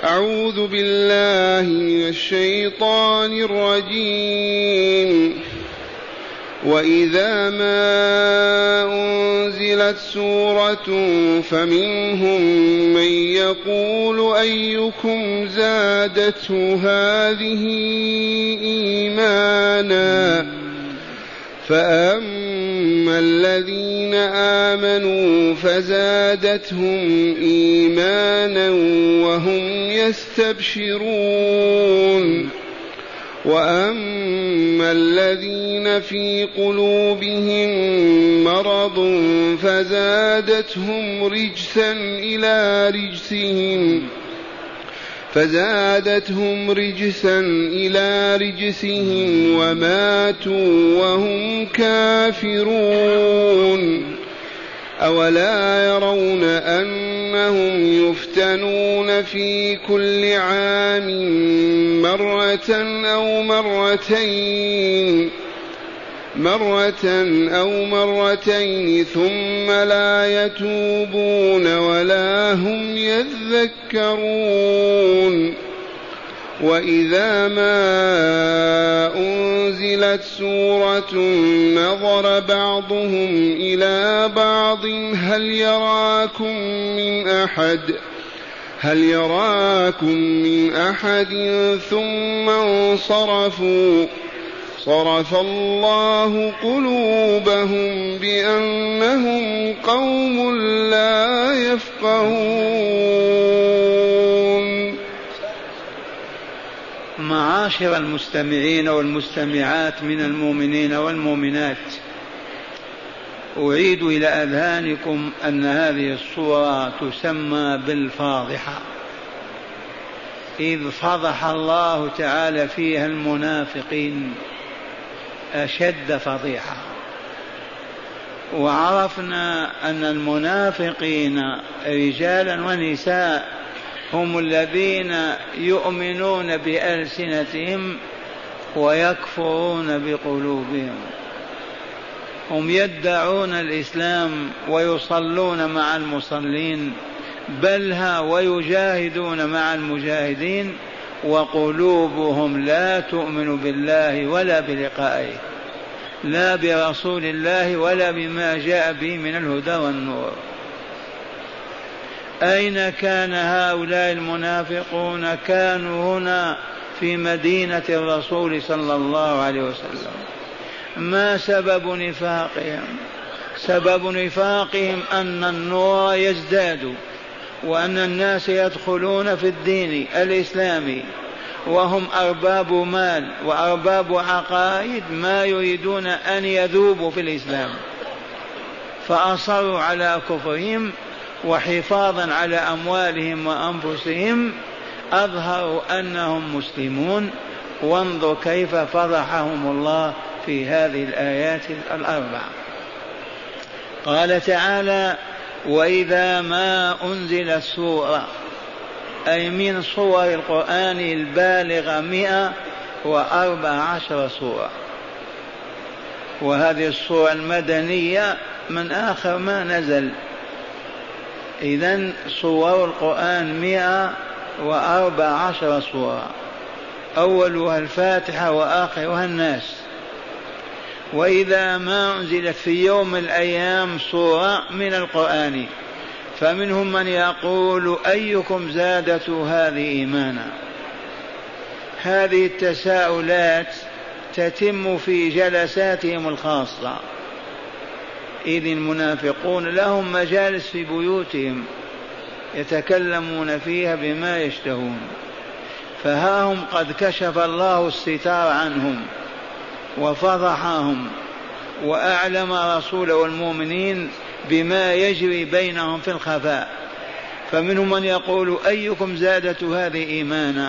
أعوذ بالله من الشيطان الرجيم. وإذا ما أنزلت سورة فمنهم من يقول أيكم زادته هذه إيمانا فأما الذين آمنوا فزادتهم إيمانا وهم يستبشرون وأما الذين في قلوبهم مرض فزادتهم رجسا إلى رجسهم وماتوا وهم كافرون. أولا يرون أنهم يفتنون في كل عام مرة أو مرتين ثم لا يتوبون ولا هم يذكرون. وإذا ما أنزلت سورة نظر بعضهم إلى بعض هل يراكم من أحد ثم انصرفوا صرف الله قلوبهم بأنهم قوم لا يفقهون. معاشر المستمعين والمستمعات من المؤمنين والمؤمنات، أعيد إلى أذهانكم أن هذه السورة تسمى بالفاضحة، إذ فضح الله تعالى فيها المنافقين أشد فضيحة. وعرفنا أن المنافقين رجالا ونساء هم الذين يؤمنون بألسنتهم ويكفرون بقلوبهم. هم يدعون الإسلام ويصلون مع المصلين بلها ويجاهدون مع المجاهدين، وقلوبهم لا تؤمن بالله ولا بلقائه، لا برسول الله ولا بما جاء به من الهدى والنور. أين كان هؤلاء المنافقون؟ كانوا هنا في مدينة الرسول صلى الله عليه وسلم. ما سبب نفاقهم؟ سبب نفاقهم أن النور يزداد وأن الناس يدخلون في الدين الإسلامي وهم أرباب مال وأرباب عقائد، ما يريدون أن يذوبوا في الإسلام، فأصروا على كفرهم وحفاظا على أموالهم وأنفسهم أظهروا أنهم مسلمون. وانظر كيف فضحهم الله في هذه الآيات الأربع. قال تعالى: وإذا ما أنزلت سورة، أي من صور القرآن البالغة 114 سورة، وهذه السورة المدنية من آخر ما نزل. إذن صور القرآن 114 سورة، أولها الفاتحة وآخرها الناس. وإذا ما أنزلت في يوم من الأيام سورة من القرآن فمنهم من يقول أيكم زادته هذه إيمانا. هذه التساؤلات تتم في جلساتهم الخاصة، إذ المنافقون لهم مجالس في بيوتهم يتكلمون فيها بما يشتهون، فها هم قد كشف الله الستار عنهم وفضحهم وأعلم رسوله والمؤمنين بما يجري بينهم في الخفاء. فمنهم من يقول أيكم زادته هذه إيمانا.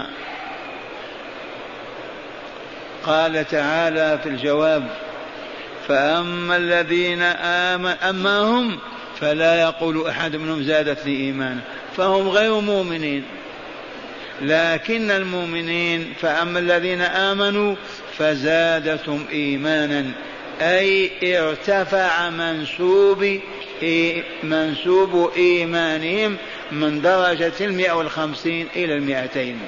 قال تعالى في الجواب: فأما الذين أما هم فلا يقول أحد منهم زادتني إيمانا، فهم غير مؤمنين. لكن المؤمنين فأما الذين آمنوا فزادتهم إيمانا، أي ارتفع منسوب إيمانهم من درجة 150 إلى 200.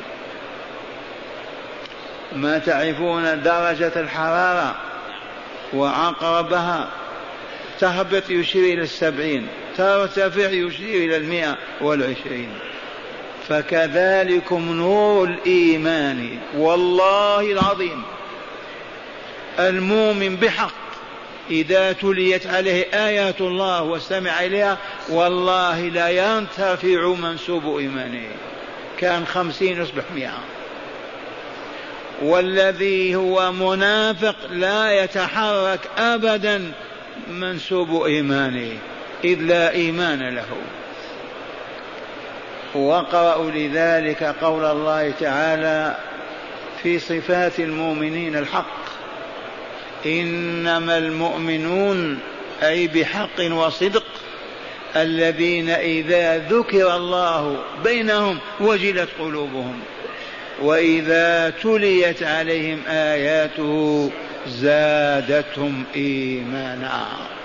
ما تعرفون درجة الحرارة وعقربها، تهبط يشير إلى 70، ترتفع يشير إلى 120. فكذلكم نور الإيمان. والله العظيم المؤمن بحق إذا تليت عليه آيات الله واستمع إليها والله لا ينتفع منسوب إيمانه، كان 50 يصبح 100. والذي هو منافق لا يتحرك أبدا منسوب إيمانه إذ لا إيمان له. وقرأوا لذلك قول الله تعالى في صفات المؤمنين الحق: إنما المؤمنون أي بحق وصدق الذين إذا ذكر الله بينهم وجلت قلوبهم وإذا تليت عليهم آياته زادتهم إيمانا.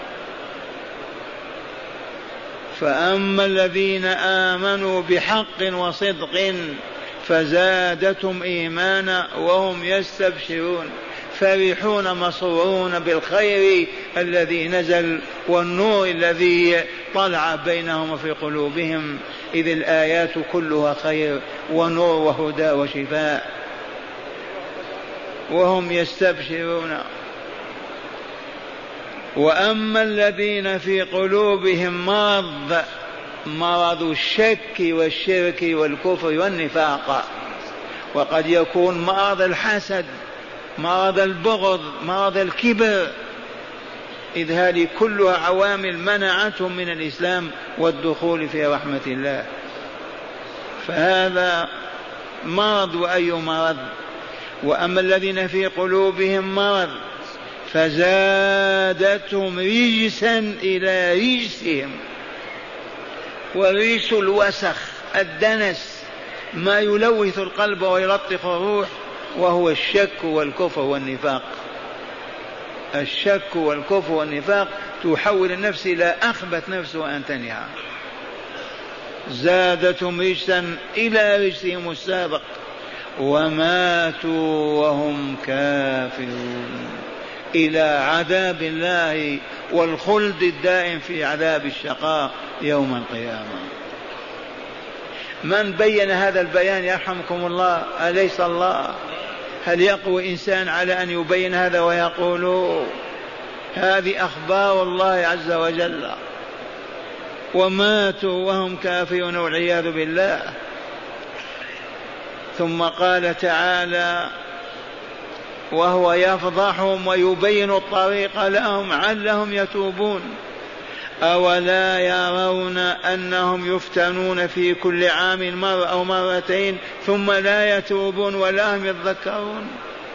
فأما الذين آمنوا بحق وصدق فزادتهم إيمانا وهم يستبشرون فرحون مسرورون بالخير الذي نزل والنور الذي طلع بينهم وفي قلوبهم، إذ الآيات كلها خير ونور وهدى وشفاء، وهم يستبشرون. وأما الذين في قلوبهم مرض الشك والشرك والكفر والنفاق، وقد يكون مرض الحسد، مرض البغض، مرض الكبر، إذ هذه كلها عوامل منعتهم من الإسلام والدخول في رحمة الله. فهذا مرض، وأي مرض. وأما الذين في قلوبهم مرض فزادتهم رجسا إلى رجسهم، ورجس الوسخ الدنس ما يلوث القلب ويلطخ الروح، وهو الشك والكفر والنفاق. الشك والكفر والنفاق تحول النفس إلى أخبث نفس وأنتنها. زادتهم رجسا إلى رجسهم السابق وماتوا وهم كافرون، إلى عذاب الله والخلد الدائم في عذاب الشقاء يوم القيامة. من بين هذا البيان يرحمكم الله؟ أليس الله؟ هل يقوى إنسان على أن يبين هذا ويقول هذه أخبار الله عز وجل؟ وماتوا وهم كافرون والعياذ بالله. ثم قال تعالى وهو يفضحهم ويبين الطريق لهم علهم يتوبون: أولا يرون أنهم يفتنون في كل عام مرة أو مرتين ثم لا يتوبون ولا هم يذكرون؟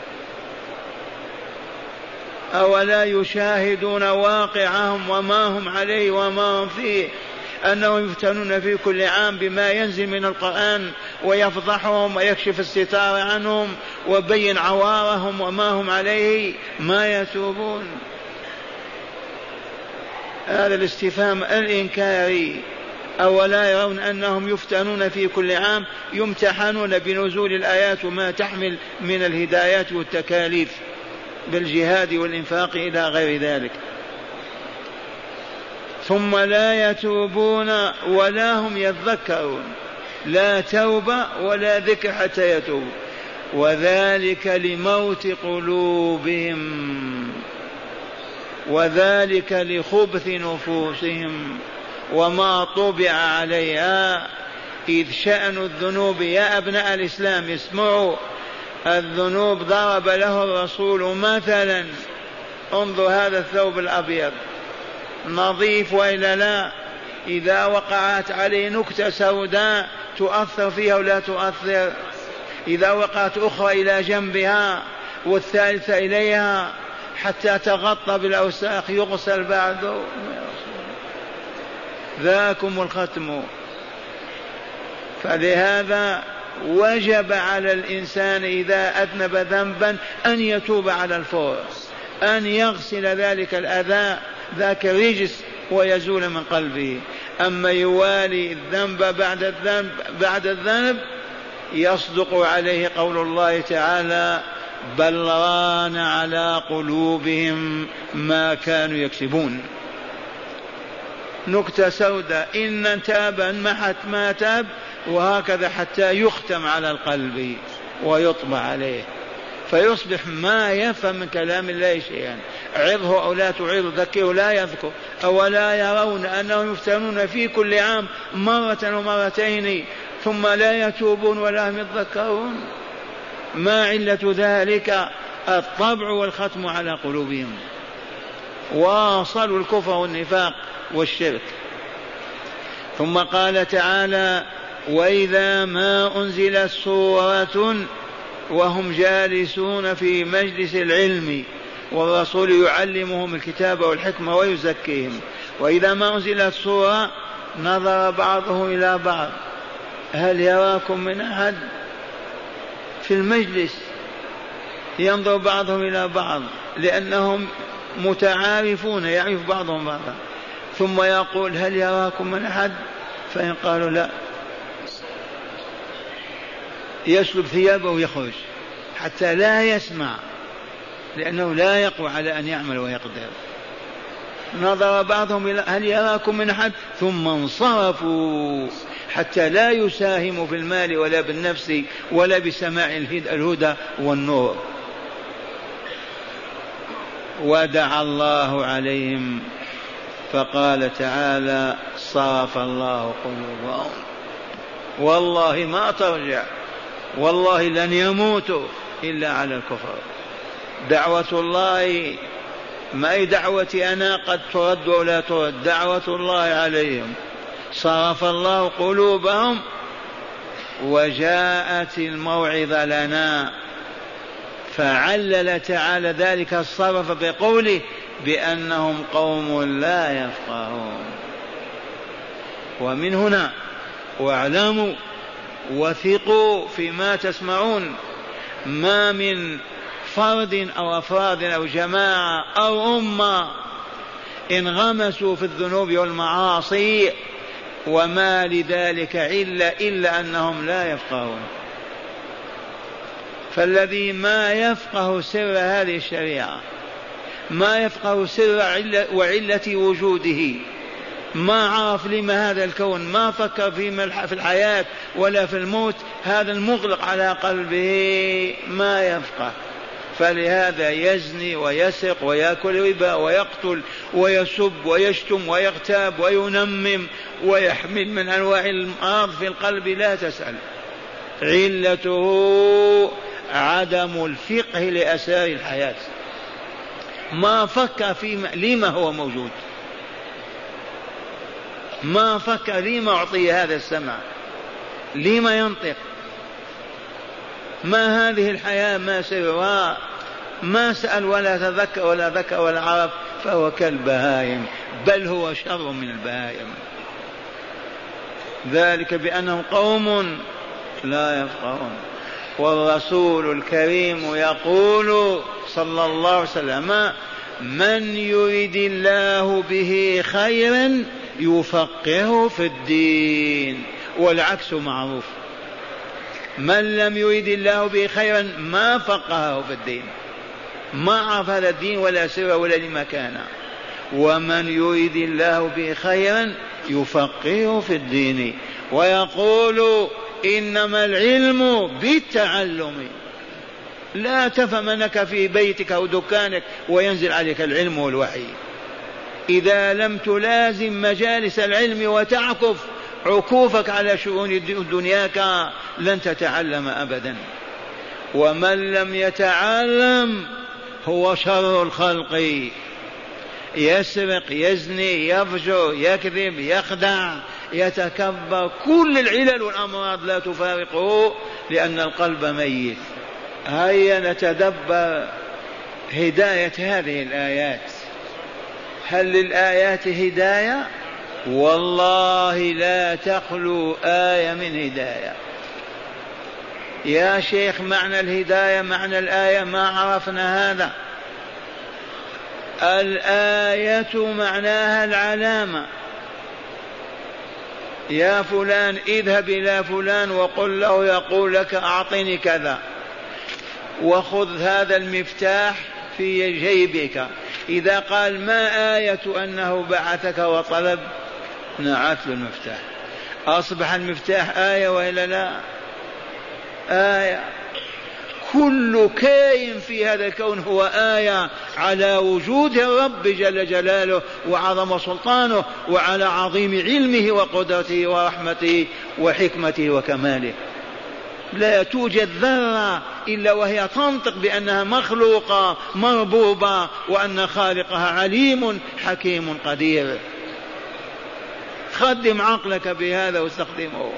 أولا يشاهدون واقعهم وما هم عليه وما هم فيه، أنهم يفتنون في كل عام بما ينزل من القرآن ويفضحهم ويكشف الستار عنهم وبين عوارهم وما هم عليه، ما يتوبون؟ هذا الاستفهام الإنكاري. أولا يرون أنهم يفتنون في كل عام، يمتحنون بنزول الآيات وما تحمل من الهدايات والتكاليف بالجهاد والإنفاق إلى غير ذلك، ثم لا يتوبون ولا هم يذكرون، لا توبة ولا ذكر حتى يتوبوا، وذلك لموت قلوبهم وذلك لخبث نفوسهم وما طبع عليها. إذ شأن الذنوب يا أبناء الإسلام اسمعوا، الذنوب ضرب له الرسول مثلا: انظر هذا الثوب الأبيض نظيف وإلا لا؟ إذا وقعت عليه نكتة سوداء تؤثر فيها ولا تؤثر؟ إذا وقعت أخرى إلى جنبها والثالثة إليها حتى تغطى بالأوساخ يغسل بعده. ذاكم الختم. فلهذا وجب على الإنسان إذا أذنب ذنبا أن يتوب على الفور، أن يغسل ذلك الأذى ذاك الرجس ويزول من قلبه. أما يوالي الذنب بعد الذنب يصدق عليه قول الله تعالى بل ران على قلوبهم ما كانوا يكسبون. نكتة سوداء، إن تاب انمحت ما تاب، وهكذا حتى يختم على القلب ويطبع عليه فيصبح ما يفهم من كلام الله شيئا. عظه أو لا تعظ، ذكره لا يذكر. أولا يرون أنهم يفتنون في كل عام مرة ومرتين ثم لا يتوبون ولا هم يذكرون؟ ما علة ذلك؟ الطبع والختم على قلوبهم، واصلوا الكفر والنفاق والشرك. ثم قال تعالى وإذا ما أنزلت سورة وهم جالسون في مجلس العلم والرسول يعلمهم الكتاب والحكمة ويزكيهم، وإذا ما أنزلت سورة نظر بعضهم إلى بعض هل يراكم من أحد؟ في المجلس ينظر بعضهم إلى بعض لأنهم متعارفون يعرف بعضهم بعضا، ثم يقول هل يراكم من أحد؟ فإن قالوا لا يسلب ثيابه ويخرج حتى لا يسمع، لأنه لا يقوى على أن يعمل ويقدر. نظر بعضهم إلى هل يراكم من أحد ثم انصرفوا حتى لا يساهموا في المال ولا بالنفس ولا بسماع الهدى والنور. ودعا الله عليهم فقال تعالى صرف الله قلوبهم. والله ما ترجع، والله لن يموتوا إلا على الكفر. دعوة الله ما هي دعوتي أنا قد ترد ولا ترد، دعوة الله عليهم. صرف الله قلوبهم وجاءت الموعظة لنا، فعلل تعالى ذلك الصرف بقوله بأنهم قوم لا يفقهون. ومن هنا واعلموا وثقوا فيما تسمعون، ما من فرد أو أفراد أو جماعة أو أمة انغمسوا في الذنوب والمعاصي وما لذلك إلا أنهم لا يفقهون. فالذي ما يفقه سر هذه الشريعة، ما يفقه سر وعلة وجوده، ما عرف لما هذا الكون، ما فكر في الحياة ولا في الموت، هذا المغلق على قلبه ما يفقه. فلهذا يزني ويسرق ويأكل ربا ويقتل ويسب ويشتم ويغتاب وينمم ويحمل من أنواع الأمراض في القلب لا تسأل. علته عدم الفقه لأسرار الحياة، ما فكر فيما لما هو موجود، ما فكر لما أعطي هذا السمع، لما ينطق، ما هذه الحياة ما سرها، ما سأل ولا تذكر ولا ذكر ولا عرف، فهو كالبهائم بل هو شر من البهائم. ذلك بأنهم قوم لا يفقهون. والرسول الكريم يقول صلى الله عليه وسلم من يريد الله به خيرا يفقهه في الدين، والعكس معروف، من لم يريد الله به خيرا ما فقهه في الدين، ما عرف هذا الدين ولا سر ولا لمكان. ومن يريد الله به خيرا يفقهه في الدين. ويقول إنما العلم بالتعلم، لا تفهم أنك في بيتك أو دكانك وينزل عليك العلم والوحي. إذا لم تلازم مجالس العلم وتعكف عكوفك على شؤون دنياك لن تتعلم أبدا. ومن لم يتعلم هو شر الخلق، يسرق يزني يفجر يكذب يخدع يتكبر، كل العلل والأمراض لا تفارقه لأن القلب ميت. هيا نتدبر هداية هذه الآيات. هل للآيات هداية؟ والله لا تخلو آية من هداية. يا شيخ معنى الهداية معنى الآية ما عرفنا هذا. الآية معناها العلامة، يا فلان اذهب إلى فلان وقل له يقول لك أعطني كذا، وخذ هذا المفتاح في جيبك. إذا قال ما آية أنه بعثك وطلب، نعت له المفتاح. أصبح المفتاح آية وإلا لا؟ آية. كل كائن في هذا الكون هو آية على وجود الرب جل جلاله وعظم سلطانه، وعلى عظيم علمه وقدرته ورحمته وحكمته وكماله. لا توجد ذرة إلا وهي تنطق بأنها مخلوقة مربوبة، وأن خالقها عليم حكيم قدير. خدم عقلك بهذا واستخدمه.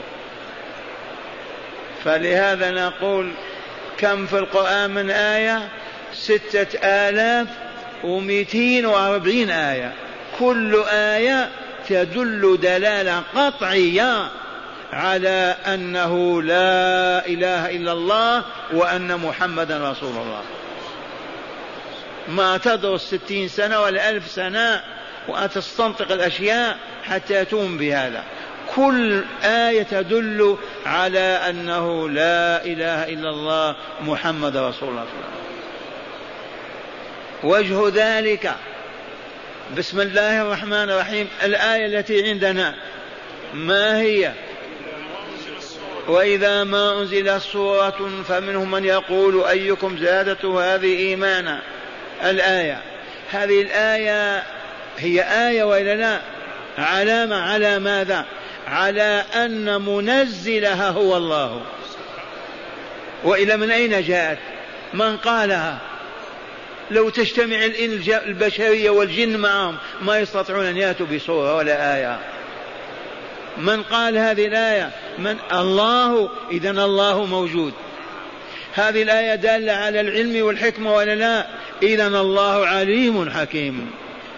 فلهذا نقول كم في القرآن من آية؟ 6240 آية، كل آية تدل دلالة قطعية على أنه لا إله إلا الله وأن محمدا رسول الله. ما تدرس 60 سنة ولا 1000 سنة وتستنطق الأشياء حتى تؤمن بهذا. كل آية تدل على أنه لا إله إلا الله محمد رسول الله. وجه ذلك بسم الله الرحمن الرحيم. الآية التي عندنا ما هي؟ وإذا ما أنزلت سورة فمنهم من يقول أيكم زادته هذه إيمانا. الآية هذه الآية هي آية وإلا لا؟ علامة على ماذا؟ على أن منزلها هو الله. وإلى من أين جاءت؟ من قالها؟ لو تجتمع البشرية والجن معهم ما يستطيعون أن يأتوا بصورة ولا آية. من قال هذه الآية؟ من؟ الله. إذن الله موجود. هذه الآية دالة على العلم والحكمة ولا لا؟ إذن الله عليم حكيم.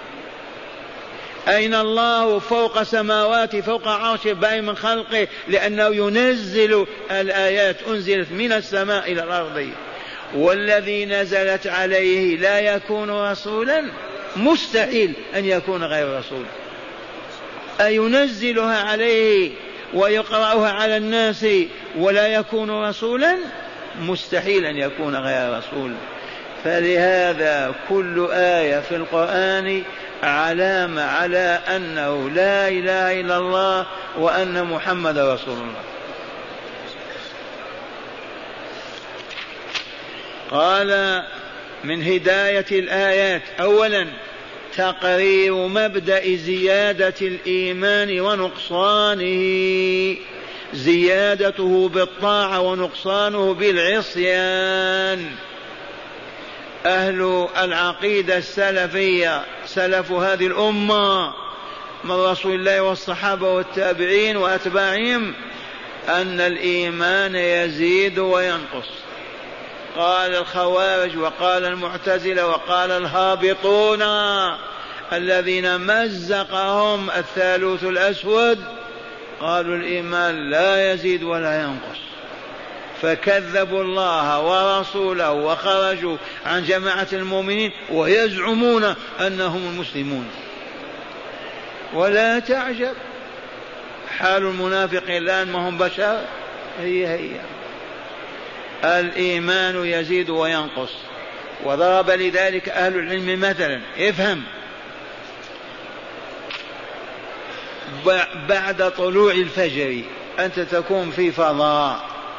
أين الله؟ فوق سماواته، فوق عرشه، باين من خلقه، لأنه ينزل الآيات. أنزلت من السماء إلى الأرض. والذي نزلت عليه لا يكون رسولا، مستحيل أن يكون غير رسول. أينزلها عليه ويقرأها على الناس ولا يكون رسولا؟ مستحيل أن يكون غير رسول. فلهذا كل آية في القرآن علامة على أنه لا إله إلا الله وأن محمد رسول الله. قال من هداية الآيات أولا تقرير مبدأ زيادة الإيمان ونقصانه، زيادته بالطاعة ونقصانه بالعصيان. أهل العقيدة السلفية سلف هذه الأمة من رسول الله والصحابة والتابعين وأتباعهم أن الإيمان يزيد وينقص. قال الخوارج وقال المعتزلة وقال الهابطون الذين مزقهم الثالوث الأسود، قالوا الإيمان لا يزيد ولا ينقص، فكذبوا الله ورسوله وخرجوا عن جماعة المؤمنين ويزعمون أنهم المسلمون. ولا تعجب حال المنافقين الآن، ما هم بشر، هي الإيمان يزيد وينقص. وضرب لذلك أهل العلم مثلا. افهم، بعد طلوع الفجر أنت تكون في فضاء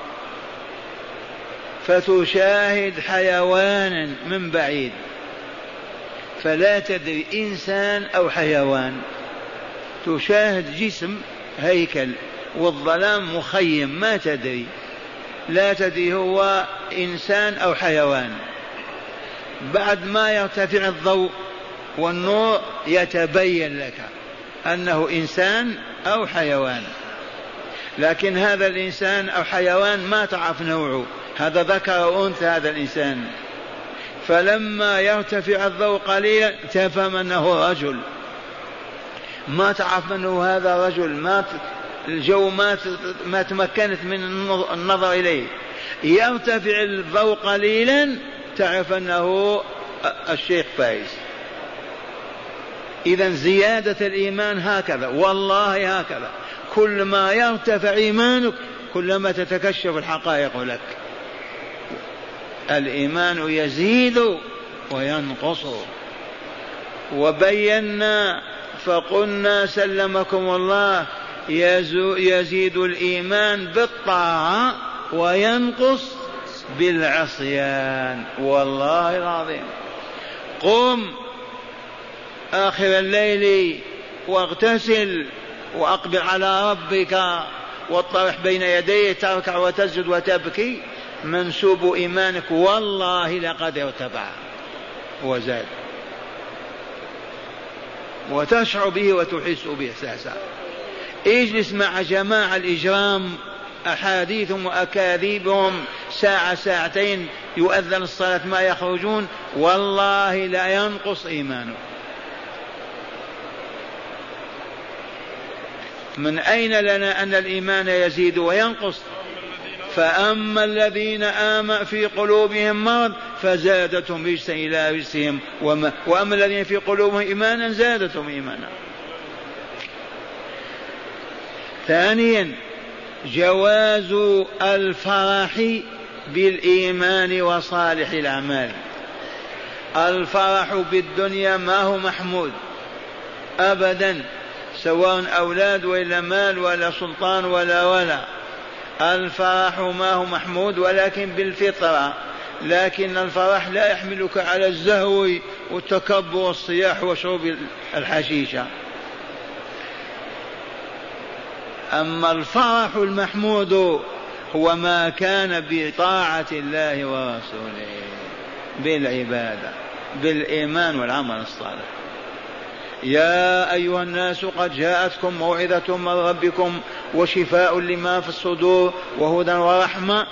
فتشاهد حيوانا من بعيد، فلا تدري إنسان أو حيوان. تشاهد جسم هيكل والظلام مخيم، ما تدري، لا تدري هو إنسان أو حيوان. بعد ما يرتفع الضوء والنور يتبين لك أنه إنسان أو حيوان، لكن هذا الإنسان أو حيوان ما تعرف نوعه، هذا ذكر أو أنثى هذا الإنسان. فلما يرتفع الضوء قليلا تفهم أنه رجل، ما تعرف أنه هذا رجل، ما الجو ما تمكنت من النظر إليه. يرتفع الضوء قليلا تعرف أنه الشيخ فايز. إذن زيادة الإيمان هكذا، والله هكذا. كل ما يرتفع إيمانك كلما تتكشف الحقائق لك. الإيمان يزيد وينقص. وبينا فقلنا سلمكم الله يزيد الإيمان بالطاعة وينقص بالعصيان. والله العظيم قم آخر الليل واغتسل وأقبل على ربك واطرح بين يديه تركع وتسجد وتبكي، منسوب إيمانك والله لقد ارتفع وزاد، وتشعر به وتحس به إحساسا. اجلس مع جماعة الإجرام أحاديثهم وأكاذيبهم ساعة ساعتين يؤذن الصلاة ما يخرجون، والله لا ينقص إيمانه. من أين لنا أن الإيمان يزيد وينقص؟ فأما الذين آمنوا في قلوبهم مرض فزادتهم رجسا إلى رجسهم، وأما الذين في قلوبهم إيمانا زادتهم إيمانا. ثانيا جواز الفرح بالإيمان وصالح الأعمال. الفرح بالدنيا ما هو محمود أبدا، سواء أولاد ولا مال ولا سلطان ولا الفرح ما هو محمود ولكن بالفطرة. لكن الفرح لا يحملك على الزهو والتكبر والصياح وشرب الحشيشة. أما الفرح المحمود هو ما كان بطاعة الله ورسوله، بالعبادة، بالإيمان والعمل الصالح. يا أيها الناس قد جاءتكم موعظة من ربكم وشفاء لما في الصدور وهدى ورحمة.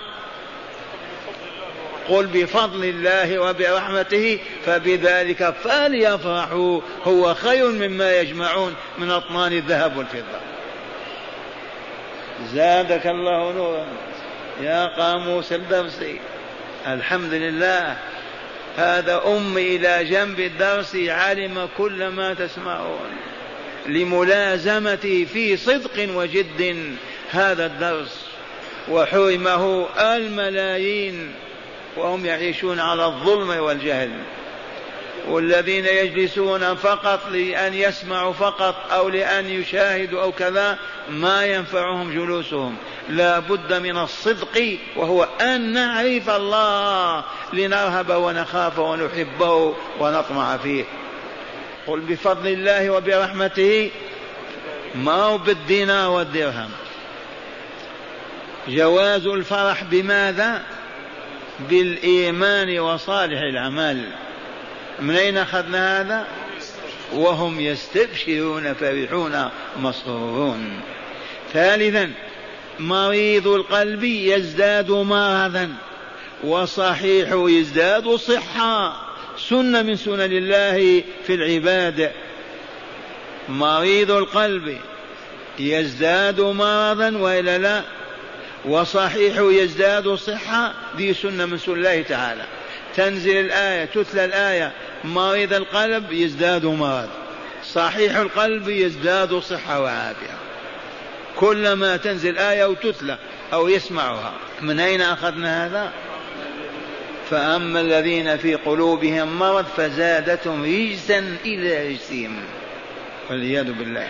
قل بفضل الله وبرحمته فبذلك فليفرحوا هو خير مما يجمعون من أطنان الذهب والفضة. زادك الله نورا يا قاموس الدرس. الحمد لله، هذا أمي إلى جنب الدرس علم كل ما تسمعون لملازمتي في صدق وجد هذا الدرس، وحرمه الملايين وهم يعيشون على الظلم والجهل. والذين يجلسون فقط لأن يسمعوا فقط أو لأن يشاهدوا أو كذا ما ينفعهم جلوسهم. لا بد من الصدق، وهو أن نعرف الله لنرهب ونخاف ونحبه ونطمع فيه. قل بفضل الله وبرحمته، ما هو بالدينار والدرهم. جواز الفرح بماذا؟ بالإيمان وصالح الأعمال. من أين أخذنا هذا؟ وهم يستبشرون فرحون مسرورون. ثالثا مريض القلب يزداد مرضا وصحيح يزداد صحة، سنة من سنن الله في العباد. مريض القلب يزداد مرضا وإلا لا، وصحيح يزداد صحة، دي سنة من سنن الله تعالى. تنزل الآية تتلى الآية، مريض القلب يزداد مرض، صحيح القلب يزداد صحة وعافية، كلما تنزل آية وتتلى أو يسمعها. من أين أخذنا هذا؟ فأما الذين في قلوبهم مرض فزادتهم رجسا إلى رجسهم والعياذ بالله.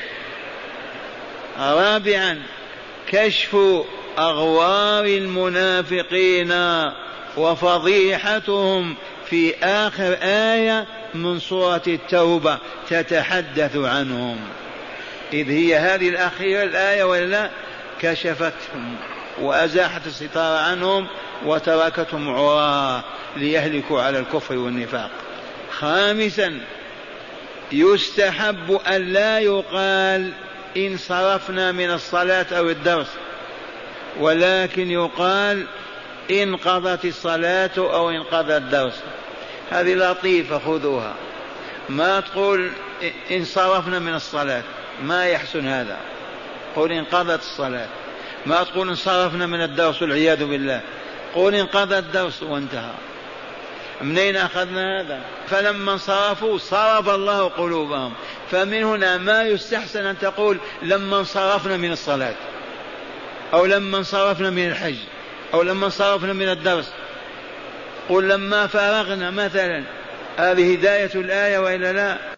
رابعا كشف أغوار المنافقين وفضيحتهم في آخر آية من سورة التوبة تتحدث عنهم، إذ هي هذه الأخيرة الآية ولا كشفتهم وأزاحت الستار عنهم وتركتهم عراة ليهلكوا على الكفر والنفاق. خامسا يستحب أن لا يقال إن صرفنا من الصلاة أو الدرس، ولكن يقال إن قضت الصلاة أو إن قضى الدرس. هذه لطيفة خذوها، ما تقول إن صرفنا من الصلاة، ما يحسن هذا. قل إن قضت الصلاة، ما تقول إن صرفنا من الدرس والعياذ بالله، قل إن قضى الدرس وانتهى. منين أخذنا هذا؟ فلما انصرفوا صرف الله قلوبهم. فمن هنا ما يستحسن أن تقول لما انصرفنا من الصلاة، أو لما انصرفنا من الحج، أو لما انصرفنا من الدرس. قل لما فرغنا مثلا. هذه هداية الآية وإلا لا؟